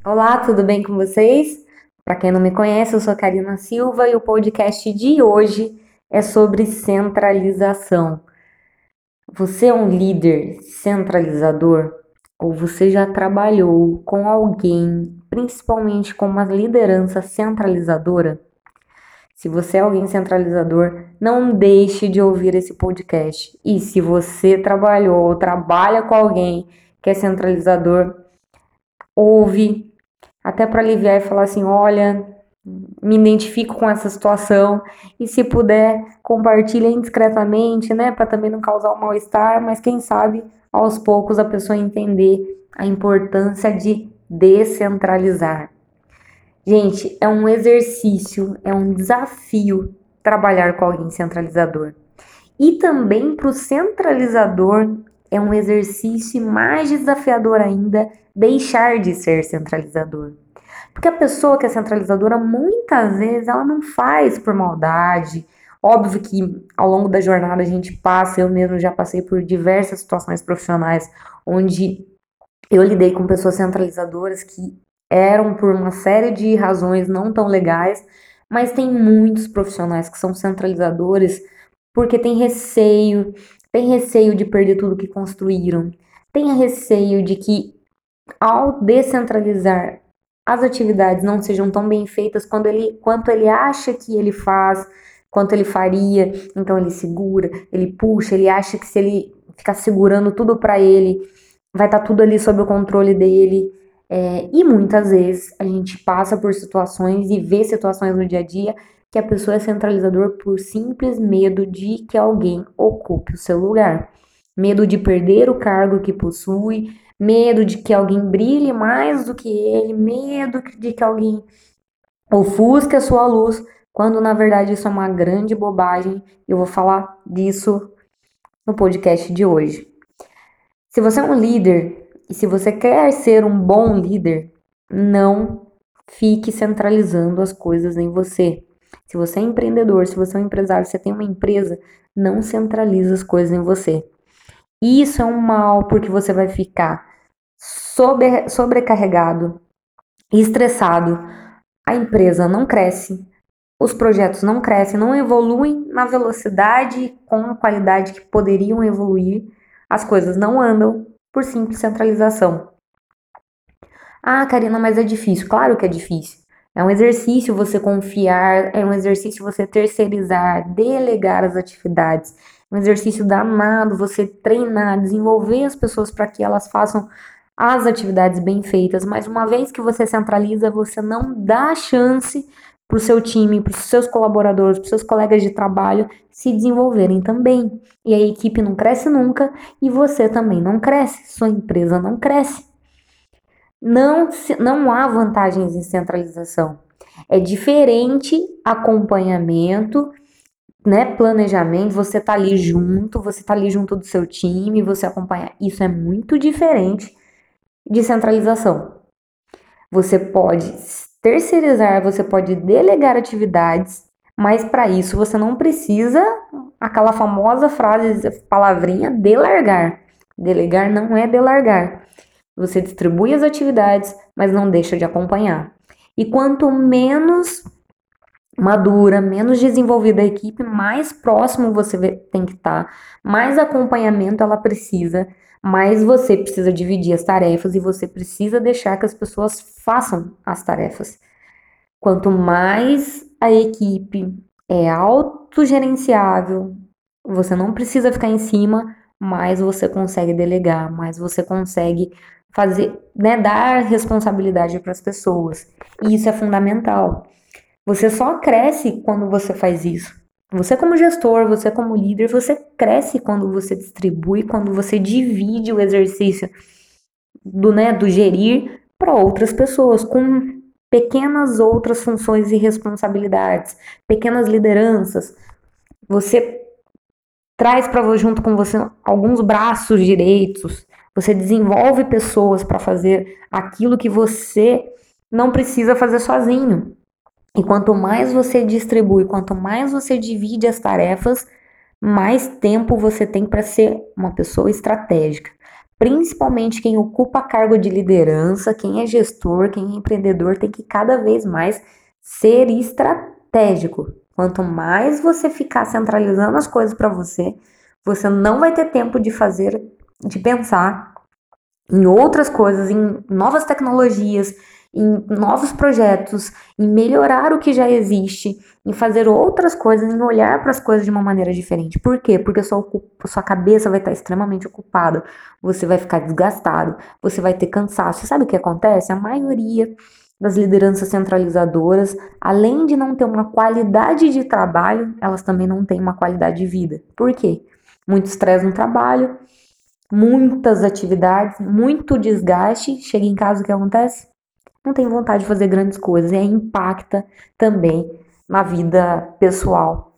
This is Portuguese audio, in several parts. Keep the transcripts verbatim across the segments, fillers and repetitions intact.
Olá, tudo bem com vocês? Para quem não me conhece, eu sou Karina Silva e o podcast de hoje é sobre centralização. Você é um líder centralizador ou você já trabalhou com alguém, principalmente com uma liderança centralizadora? Se você é alguém centralizador, não deixe de ouvir esse podcast. E se você trabalhou ou trabalha com alguém que é centralizador, ouve até para aliviar e falar assim, olha, me identifico com essa situação e se puder compartilha indiscretamente, né, para também não causar um mal-estar, mas quem sabe aos poucos a pessoa entender a importância de descentralizar. Gente, é um exercício, é um desafio trabalhar com alguém centralizador. E também para o centralizador é um exercício mais desafiador ainda deixar de ser centralizador. Porque a pessoa que é centralizadora, muitas vezes, ela não faz por maldade. Óbvio que ao longo da jornada a gente passa, eu mesmo já passei por diversas situações profissionais onde eu lidei com pessoas centralizadoras que eram por uma série de razões não tão legais, mas tem muitos profissionais que são centralizadores porque tem receio, tem receio de perder tudo que construíram, tem receio de que ao descentralizar as atividades não sejam tão bem feitas quando ele, quanto ele acha que ele faz, quanto ele faria, então ele segura, ele puxa, ele acha que se ele ficar segurando tudo para ele, vai estar tá tudo ali sob o controle dele. É, e muitas vezes a gente passa por situações e vê situações no dia a dia que a pessoa é centralizador por simples medo de que alguém ocupe o seu lugar. Medo de perder o cargo que possui, medo de que alguém brilhe mais do que ele, medo de que alguém ofusque a sua luz, quando na verdade isso é uma grande bobagem. Eu vou falar disso no podcast de hoje. Se você é um líder e se você quer ser um bom líder, não fique centralizando as coisas em você. Se você é empreendedor, se você é um empresário, se você tem uma empresa, não centralize as coisas em você. Isso é um mal porque você vai ficar sobre, sobrecarregado e estressado. A empresa não cresce, os projetos não crescem, não evoluem na velocidade com a qualidade que poderiam evoluir, as coisas não andam por simples centralização. Ah, Karina, mas é difícil. Claro que é difícil. É um exercício você confiar, é um exercício você terceirizar, delegar as atividades. É um exercício danado você treinar, desenvolver as pessoas para que elas façam as atividades bem feitas. Mas uma vez que você centraliza, você não dá chance para o seu time, para os seus colaboradores, para os seus colegas de trabalho se desenvolverem também. E a equipe não cresce nunca e você também não cresce, sua empresa não cresce. Não, não há vantagens em centralização. É diferente acompanhamento, né? Planejamento, você tá ali junto, você tá ali junto do seu time, você acompanha. Isso é muito diferente de centralização. Você pode terceirizar, você pode delegar atividades, mas para isso você não precisa aquela famosa frase, palavrinha, delargar. Delegar não é delargar. Você distribui as atividades, mas não deixa de acompanhar. E quanto menos madura, menos desenvolvida a equipe, mais próximo você tem que estar, mais acompanhamento ela precisa, mais você precisa dividir as tarefas e você precisa deixar que as pessoas façam as tarefas. Quanto mais a equipe é autogerenciável, você não precisa ficar em cima, mais você consegue delegar, mais você consegue fazer, né, dar responsabilidade para as pessoas. E isso é fundamental. Você só cresce quando você faz isso. Você como gestor, você como líder, você cresce quando você distribui, quando você divide o exercício do, né, do gerir para outras pessoas, com pequenas outras funções e responsabilidades, pequenas lideranças. Você traz para junto com você alguns braços direitos, você desenvolve pessoas para fazer aquilo que você não precisa fazer sozinho. E quanto mais você distribui, quanto mais você divide as tarefas, mais tempo você tem para ser uma pessoa estratégica. Principalmente quem ocupa cargo de liderança, quem é gestor, quem é empreendedor, tem que cada vez mais ser estratégico. Quanto mais você ficar centralizando as coisas para você, você não vai ter tempo de fazer, de pensar em outras coisas, em novas tecnologias, em novos projetos, em melhorar o que já existe, em fazer outras coisas, em olhar para as coisas de uma maneira diferente. Por quê? Porque a sua, a sua cabeça vai estar extremamente ocupada, você vai ficar desgastado, você vai ter cansaço. Sabe o que acontece? A maioria das lideranças centralizadoras, além de não ter uma qualidade de trabalho, elas também não têm uma qualidade de vida. Por quê? Muito estresse no trabalho, muitas atividades, muito desgaste. Chega em casa, o que acontece? Não tem vontade de fazer grandes coisas, e aí impacta também na vida pessoal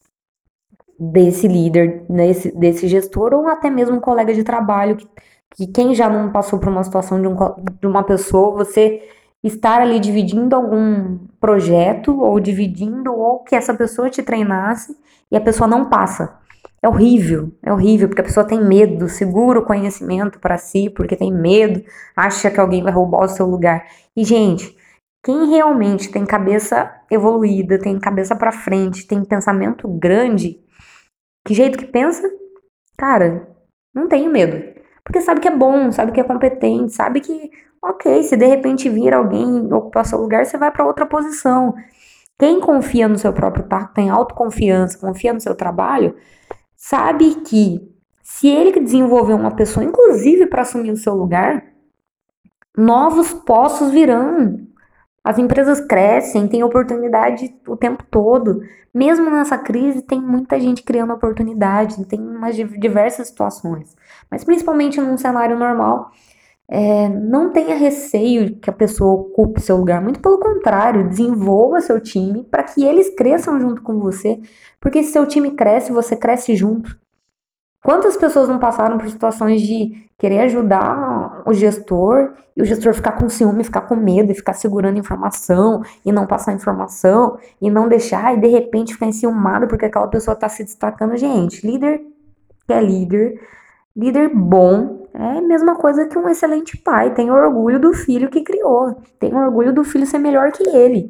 desse líder, desse, desse gestor, ou até mesmo um colega de trabalho, que, que quem já não passou por uma situação de, um, de uma pessoa, você estar ali dividindo algum projeto, ou dividindo, ou que essa pessoa te treinasse, e a pessoa não passa. É horrível, é horrível, porque a pessoa tem medo, segura o conhecimento para si, porque tem medo, acha que alguém vai roubar o seu lugar. E, gente, quem realmente tem cabeça evoluída, tem cabeça para frente, tem pensamento grande, que jeito que pensa? Cara, não tenho medo. Porque sabe que é bom, sabe que é competente, sabe que, ok, se de repente vir alguém ocupar seu lugar, você vai para outra posição. Quem confia no seu próprio taco, tem autoconfiança, confia no seu trabalho, sabe que se ele desenvolver uma pessoa, inclusive para assumir o seu lugar, novos postos virão. As empresas crescem, tem oportunidade o tempo todo. Mesmo nessa crise, tem muita gente criando oportunidade, tem umas diversas situações. Mas principalmente num cenário normal, é, não tenha receio que a pessoa ocupe seu lugar. Muito pelo contrário, desenvolva seu time para que eles cresçam junto com você. Porque se seu time cresce, você cresce junto. Quantas pessoas não passaram por situações de querer ajudar o gestor e o gestor ficar com ciúme, ficar com medo e ficar segurando informação e não passar informação e não deixar e de repente ficar enciumado porque aquela pessoa está se destacando? Gente, líder que é líder, líder bom, é a mesma coisa que um excelente pai. Tem orgulho do filho que criou, tem orgulho do filho ser melhor que ele.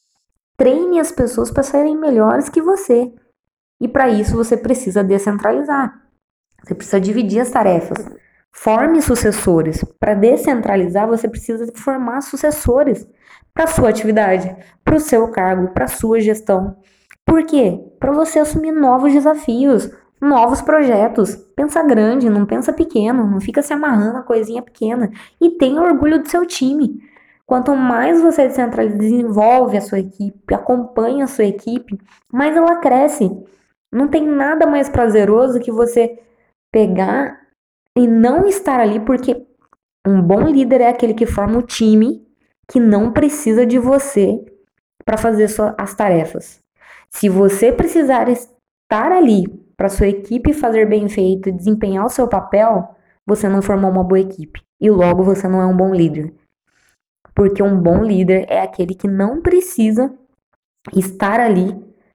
Treine as pessoas para serem melhores que você. E para isso você precisa descentralizar. Você precisa dividir as tarefas. Forme sucessores. Para descentralizar, você precisa formar sucessores para a sua atividade, para o seu cargo, para a sua gestão. Por quê? Para você assumir novos desafios, novos projetos. Pensa grande, não pensa pequeno, não fica se amarrando a coisinha pequena. E tenha orgulho do seu time. Quanto mais você descentraliza, desenvolve a sua equipe, acompanha a sua equipe, mais ela cresce. Não tem nada mais prazeroso que você pegar e não estar ali, porque um bom líder é aquele que forma o time que não precisa de você para fazer sua, as tarefas. Se você precisar estar ali para sua equipe fazer bem feito e desempenhar o seu papel, você não formou uma boa equipe e logo você não é um bom líder. Porque um bom líder é aquele que não precisa estar ali,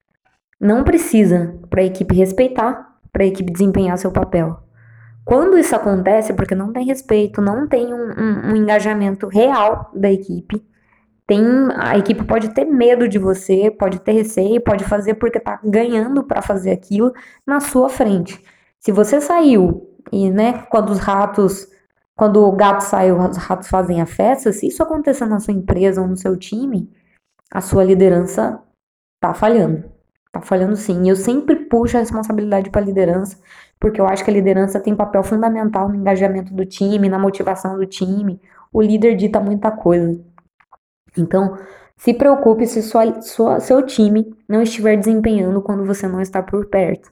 não precisa para a equipe respeitar, para a equipe desempenhar seu papel. Quando isso acontece, porque não tem respeito, não tem um, um, um engajamento real da equipe, tem, a equipe pode ter medo de você, pode ter receio, pode fazer porque tá ganhando para fazer aquilo na sua frente. Se você saiu e, né, quando os ratos, quando o gato saiu, os ratos fazem a festa, se isso acontecer na sua empresa ou no seu time, a sua liderança tá falhando. Tá falhando sim. E eu sempre puxo a responsabilidade para a liderança, porque eu acho que a liderança tem papel fundamental no engajamento do time, na motivação do time. O líder dita muita coisa. Então, se preocupe se sua, sua, seu time não estiver desempenhando quando você não está por perto.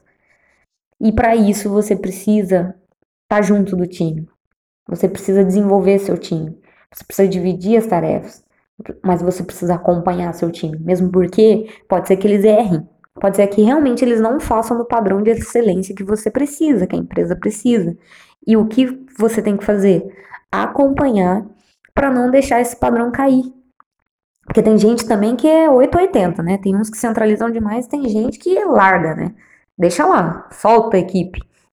E para isso você precisa estar junto do time. Você precisa desenvolver seu time. Você precisa dividir as tarefas. Mas você precisa acompanhar seu time. Mesmo porque pode ser que eles errem. Pode ser que realmente eles não façam no padrão de excelência que você precisa, que a empresa precisa. E o que você tem que fazer? Acompanhar para não deixar esse padrão cair. Porque tem gente também que é oito ou oitenta, né? Tem uns que centralizam demais, tem gente que larga, né? Deixa lá, solta a equipe.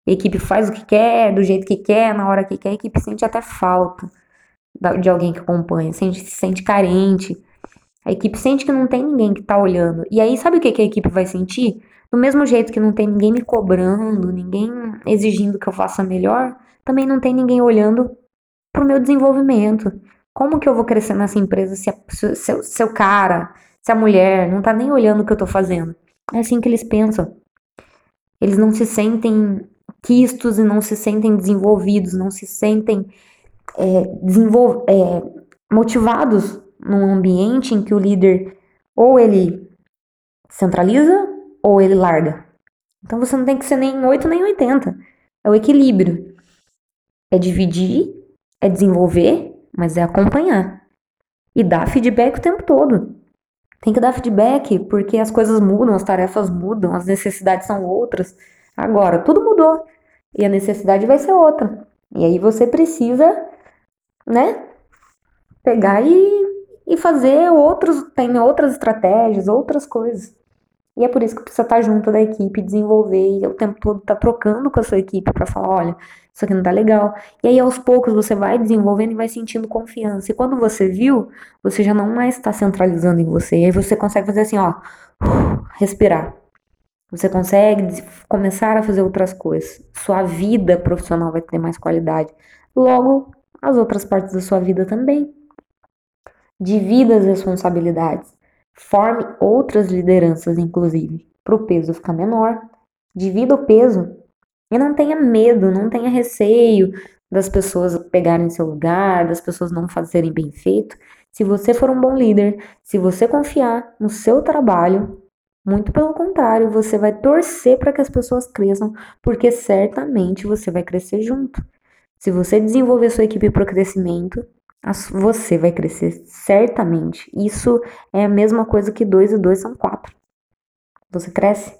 A equipe faz o que quer, do jeito que quer, na hora que quer, a equipe sente até falta de alguém que acompanha, sente, se sente carente. A equipe sente que não tem ninguém que tá olhando. E aí, sabe o que, que a equipe vai sentir? Do mesmo jeito que não tem ninguém me cobrando, ninguém exigindo que eu faça melhor, também não tem ninguém olhando pro meu desenvolvimento. Como que eu vou crescer nessa empresa se, a, se, se o cara, se a mulher não tá nem olhando o que eu tô fazendo? É assim que eles pensam. Eles não se sentem quistos e não se sentem desenvolvidos, não se sentem é, desenvol é, motivados num ambiente em que o líder ou ele centraliza ou ele larga. Então você não tem que ser nem oito nem oitenta. É o equilíbrio. É dividir, é desenvolver, mas é acompanhar. E dar feedback o tempo todo. Tem que dar feedback porque as coisas mudam, as tarefas mudam, as necessidades são outras. Agora, tudo mudou. E a necessidade vai ser outra. E aí você precisa, né, pegar e, e fazer outros, tem outras estratégias, outras coisas. E é por isso que precisa estar junto da equipe, desenvolver e o tempo todo tá trocando com a sua equipe para falar, olha, isso aqui não tá legal. E aí aos poucos você vai desenvolvendo e vai sentindo confiança. E quando você viu, você já não mais está centralizando em você. E aí você consegue fazer assim, ó, respirar. Você consegue começar a fazer outras coisas. Sua vida profissional vai ter mais qualidade. Logo, as outras partes da sua vida também. Divida as responsabilidades. Forme outras lideranças, inclusive, para o peso ficar menor. Divida o peso. E não tenha medo, não tenha receio das pessoas pegarem seu lugar, das pessoas não fazerem bem feito. Se você for um bom líder, se você confiar no seu trabalho, muito pelo contrário, você vai torcer para que as pessoas cresçam, porque certamente você vai crescer junto. Se você desenvolver sua equipe para o crescimento, você vai crescer certamente. Isso é a mesma coisa que dois e dois são quatro. Você cresce.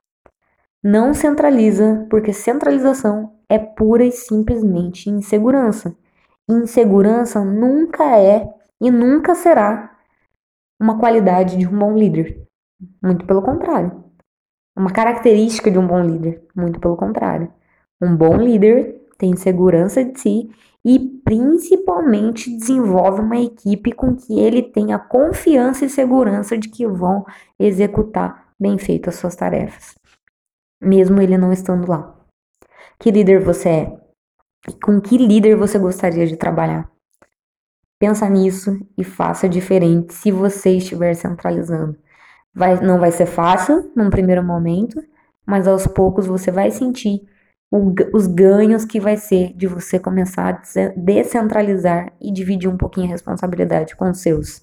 Não centraliza, porque centralização é pura e simplesmente insegurança. Insegurança nunca é e nunca será uma qualidade de um bom líder. Muito pelo contrário. Uma característica de um bom líder. Muito pelo contrário. Um bom líder tem segurança de si e principalmente desenvolve uma equipe com que ele tenha confiança e segurança de que vão executar bem feito as suas tarefas, mesmo ele não estando lá. Que líder você é? Com que líder você gostaria de trabalhar? Pensa nisso e faça diferente se você estiver centralizando. Vai, não vai ser fácil num primeiro momento, mas aos poucos você vai sentir o, os ganhos que vai ser de você começar a descentralizar e dividir um pouquinho a responsabilidade com os seus.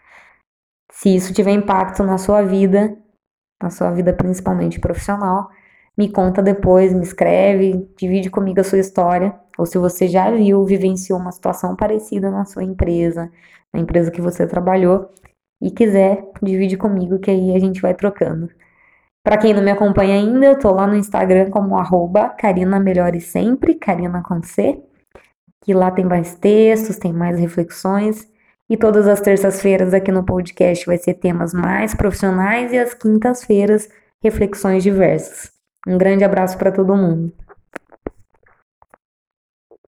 Se isso tiver impacto na sua vida, na sua vida principalmente profissional, me conta depois, me escreve, divide comigo a sua história, ou se você já viu, vivenciou uma situação parecida na sua empresa, na empresa que você trabalhou, e quiser, divide comigo que aí a gente vai trocando. Para quem não me acompanha ainda, eu tô lá no Instagram como arroba Carina Melhore Sempre, Carina com C, que lá tem mais textos, tem mais reflexões, e todas as terças-feiras aqui no podcast vai ser temas mais profissionais e às quintas-feiras reflexões diversas. Um grande abraço para todo mundo.